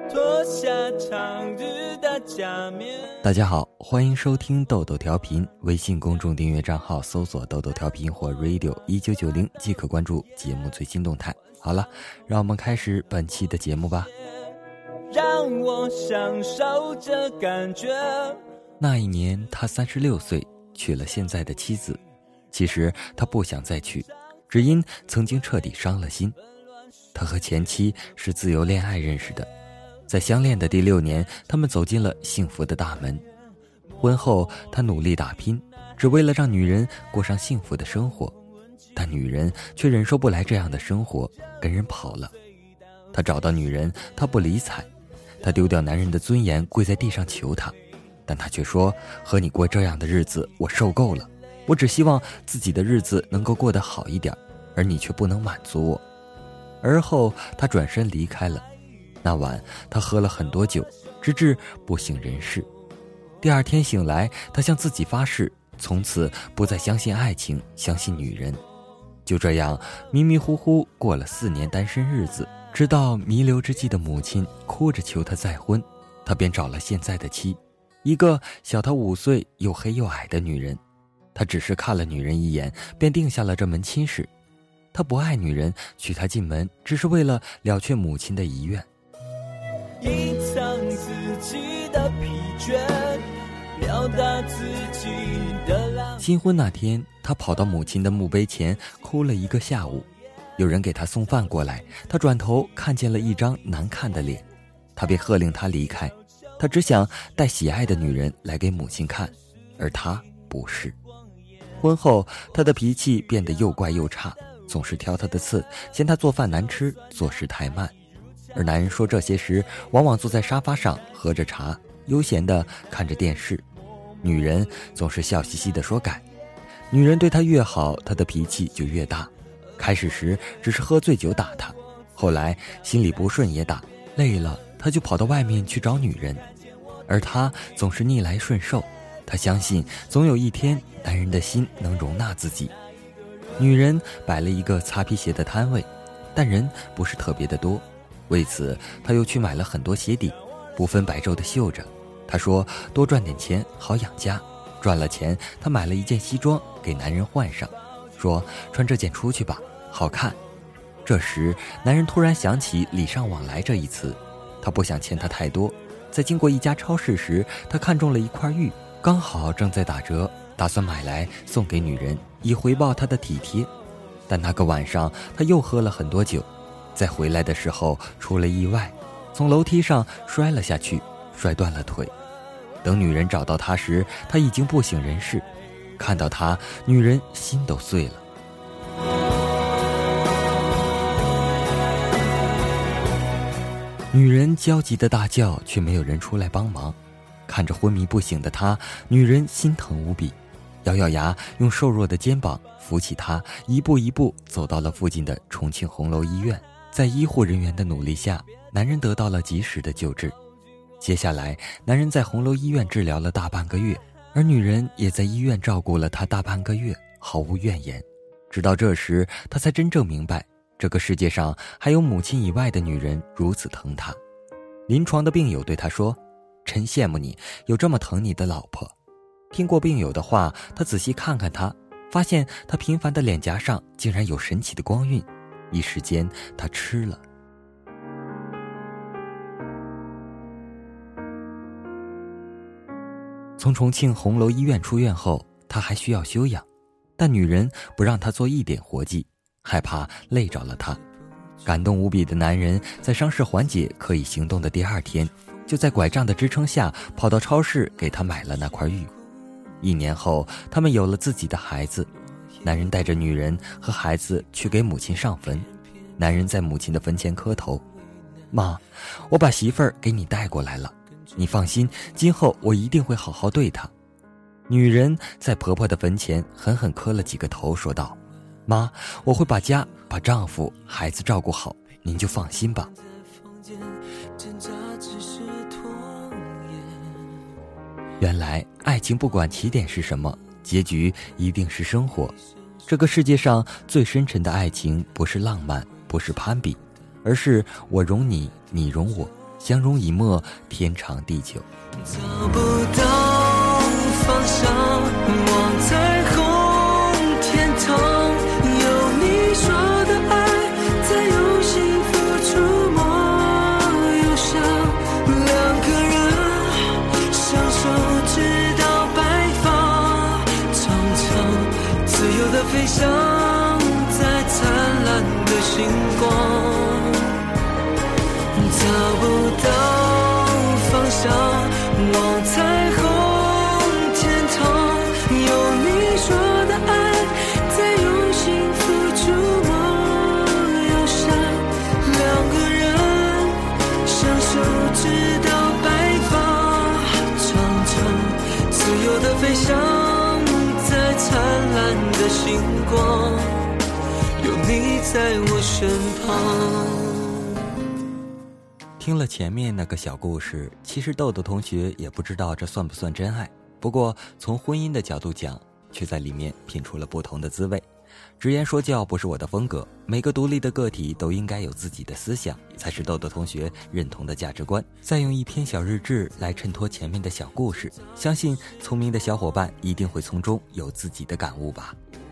脱下长日的假面。 大家好，欢迎收听豆豆调频，微信公众订阅账号搜索豆豆调频或 radio1990 即可关注节目最新动态。好了，让我们开始本期的节目吧。 让我享受这感觉。 那一年他36岁，娶了现在的妻子。其实他不想再娶，只因曾经彻底伤了心。他和前妻是自由恋爱认识的，在相恋的第6年，他们走进了幸福的大门。婚后他努力打拼，只为了让女人过上幸福的生活，但女人却忍受不来这样的生活，跟人跑了。他找到女人，她不理睬，他丢掉男人的尊严，跪在地上求她，但他却说，和你过这样的日子我受够了，我只希望自己的日子能够过得好一点，而你却不能满足我。而后他转身离开了。那晚他喝了很多酒，直至不省人事。第二天醒来，他向自己发誓，从此不再相信爱情，相信女人。就这样迷迷糊糊过了4年单身日子，直到弥留之际的母亲哭着求他再婚，他便找了现在的妻，一个小他5岁又黑又矮的女人。他只是看了女人一眼，便定下了这门亲事。他不爱女人，娶她进门只是为了了却母亲的遗愿。 隐藏自己的疲倦，表达自己的浪。 新婚那天，他跑到母亲的墓碑前哭了1个下午。有人给他送饭过来，他转头看见了一张难看的脸，他便喝令他离开。他只想带喜爱的女人来给母亲看，而他不是。婚后他的脾气变得又怪又差，总是挑他的刺，嫌他做饭难吃，做事太慢。而男人说这些时，往往坐在沙发上喝着茶，悠闲地看着电视。女人总是笑嘻嘻地说改。女人对他越好，他的脾气就越大。开始时只是喝醉酒打他，后来心里不顺也打，累了他就跑到外面去找女人。而他总是逆来顺受，他相信总有一天男人的心能容纳自己。女人摆了一个擦皮鞋的摊位，但人不是特别的多，为此他又去买了很多鞋底，不分白昼的绣着。他说多赚点钱好养家，赚了钱他买了一件西装给男人换上，说穿这件出去吧，好看。这时男人突然想起礼尚往来这一词，他不想欠他太多。在经过一家超市时，他看中了一块玉，刚好正在打折，打算买来送给女人，以回报她的体贴。但那个晚上他又喝了很多酒，在回来的时候出了意外，从楼梯上摔了下去，摔断了腿。等女人找到他时，他已经不省人事。看到他，女人心都碎了。女人焦急的大叫，却没有人出来帮忙。看着昏迷不醒的他，女人心疼无比，咬咬牙，用瘦弱的肩膀扶起他，一步一步走到了附近的重庆红楼医院。在医护人员的努力下，男人得到了及时的救治。接下来男人在红楼医院治疗了大半个月，而女人也在医院照顾了他大半个月，毫无怨言。直到这时他才真正明白，这个世界上还有母亲以外的女人如此疼他。临床的病友对他说，真羡慕你有这么疼你的老婆。听过病友的话，他仔细看看他，发现他平凡的脸颊上竟然有神奇的光晕，一时间他吃了。从重庆红楼医院出院后，他还需要休养，但女人不让他做一点活计，害怕累着了他。感动无比的男人在伤势缓解可以行动的第2天，就在拐杖的支撑下跑到超市给他买了那块玉。1年后他们有了自己的孩子，男人带着女人和孩子去给母亲上坟。男人在母亲的坟前磕头，妈，我把媳妇儿给你带过来了，你放心，今后我一定会好好对她。女人在婆婆的坟前狠狠磕了几个头，说道，妈，我会把家把丈夫孩子照顾好，您就放心吧。原来爱情不管起点是什么，结局一定是生活。这个世界上最深沉的爱情，不是浪漫，不是攀比，而是我容你，你容我， 相濡以沫，天长地久。 找不到方向，望彩虹天堂，有你说的爱，在用心付出莫忧伤，两个人相守直到白发，长长自由的飞翔在灿烂的星光，找不到方向，望彩虹天堂，有你说的爱，在用心付出莫忧伤，两个人相守直到白发，长长自由的飞翔在灿烂的星光，有你在我身旁。 听了前面那个小故事，其实豆豆同学也不知道这算不算真爱，不过从婚姻的角度讲，却在里面品出了不同的滋味。直言说教不是我的风格，每个独立的个体都应该有自己的思想，才是豆豆同学认同的价值观。再用一篇小日志来衬托前面的小故事，相信聪明的小伙伴一定会从中有自己的感悟吧。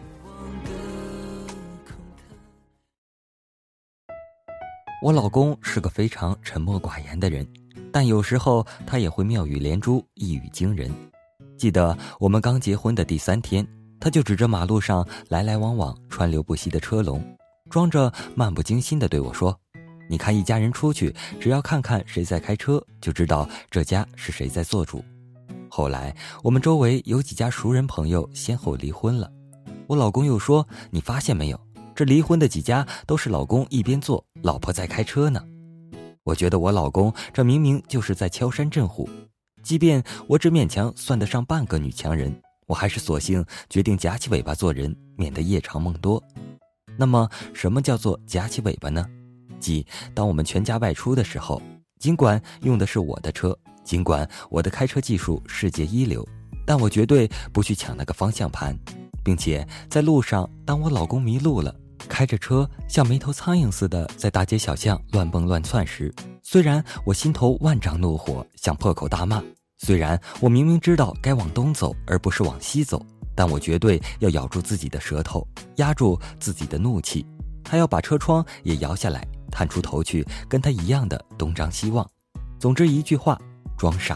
我老公是个非常沉默寡言的人，但有时候他也会妙语连珠，一语惊人。记得我们刚结婚的第3天，他就指着马路上来来往往川流不息的车龙，装着漫不经心地对我说，你看一家人出去，只要看看谁在开车，就知道这家是谁在做主。后来我们周围有几家熟人朋友先后离婚了，我老公又说，你发现没有，这离婚的几家都是老公一边做，老婆在开车呢。我觉得我老公这明明就是在敲山震虎，即便我只勉强算得上半个女强人，我还是索性决定夹起尾巴做人，免得夜长梦多。那么什么叫做夹起尾巴呢？即当我们全家外出的时候，尽管用的是我的车，尽管我的开车技术世界一流，但我绝对不去抢那个方向盘，并且在路上，当我老公迷路了，开着车像没头苍蝇似的在大街小巷乱蹦乱窜时，虽然我心头万丈怒火，想破口大骂，虽然我明明知道该往东走而不是往西走，但我绝对要咬住自己的舌头，压住自己的怒气，还要把车窗也摇下来，探出头去跟他一样的东张西望。总之一句话，装傻。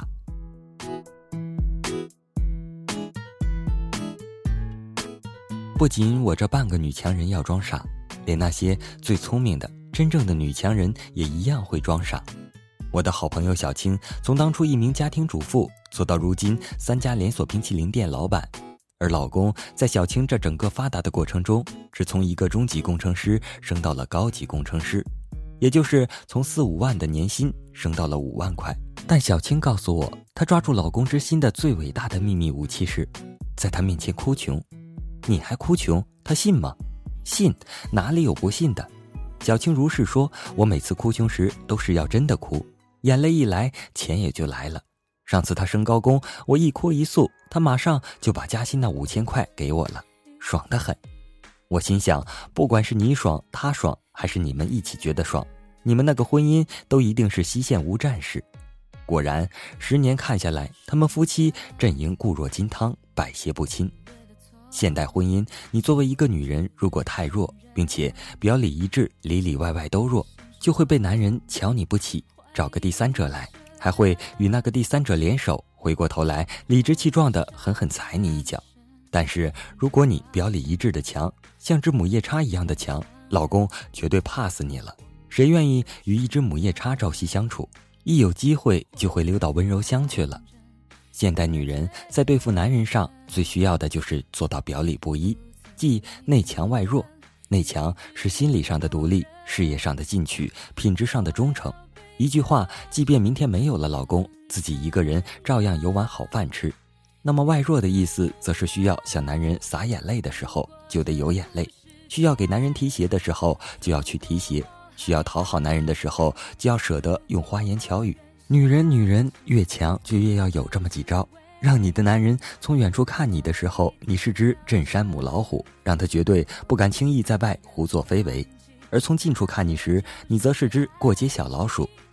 不仅我这半个女强人要装傻，连那些最聪明的真正的女强人也一样会装傻。我的好朋友小青，从当初一名家庭主妇做到如今3家连锁冰淇淋店老板，而老公在小青这整个发达的过程中，只从一个中级工程师升到了高级工程师，也就是从4-5万的年薪升到了5万块。但小青告诉我，她抓住老公之心的最伟大的秘密武器是在他面前哭穷。你还哭穷？他信吗？信，哪里有不信的？小青如是说，我每次哭穷时都是要真的哭，眼泪一来，钱也就来了。上次他升高工，我一哭一诉，他马上就把加薪那5000块给我了，爽得很。我心想，不管是你爽他爽，还是你们一起觉得爽，你们那个婚姻都一定是西线无战事。果然10年看下来，他们夫妻阵营固若金汤，百邪不侵。现代婚姻，你作为一个女人，如果太弱，并且表里一致，里里外外都弱，就会被男人瞧你不起，找个第三者来，还会与那个第三者联手，回过头来理直气壮地狠狠踩你一脚。但是如果你表里一致的强，像只母夜叉一样的强，老公绝对怕死你了。谁愿意与一只母夜叉朝夕相处？一有机会就会溜到温柔乡去了。现代女人在对付男人上最需要的就是做到表里不一，即内强外弱。内强是心理上的独立，事业上的进取，品质上的忠诚。一句话，即便明天没有了老公，自己一个人照样有碗好饭吃。那么外弱的意思，则是需要向男人洒眼泪的时候就得有眼泪，需要给男人提鞋的时候就要去提鞋，需要讨好男人的时候就要舍得用花言巧语。女人越强就越要有这么几招，让你的男人从远处看你的时候，你是只镇山母老虎，让他绝对不敢轻易在外胡作非为；而从近处看你时，你则是只过街小老鼠，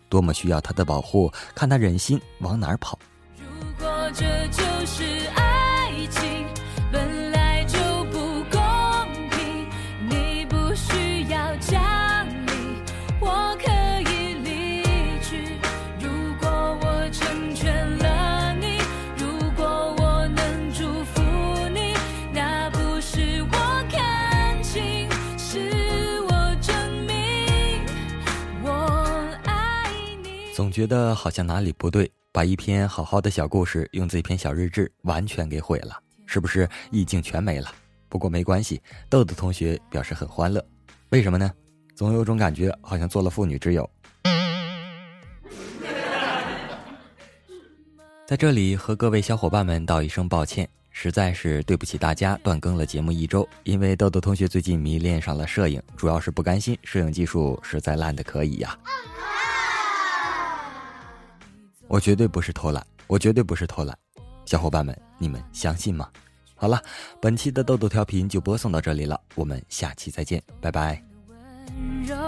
多么需要他的保护，看他忍心往哪儿跑。 如果这就是爱情，本来就不公平，你不需要讲理，我可以离去。如果我成全了你，如果我能祝福你，那不是我看清，是我证明我爱你。 总觉得好像哪里不对，把一篇好好的小故事用这篇小日志完全给毁了，是不是意境全没了？不过没关系，豆豆同学表示很欢乐。为什么呢？总有种感觉好像做了妇女之友。在这里和各位小伙伴们道一声抱歉，实在是对不起大家断更了节目1周，因为豆豆同学最近迷恋上了摄影，主要是不甘心摄影技术实在烂得可以呀。我绝对不是偷懒，我绝对不是偷懒，小伙伴们，你们相信吗？好了，本期的豆豆调频就播送到这里了，我们下期再见，拜拜。 温柔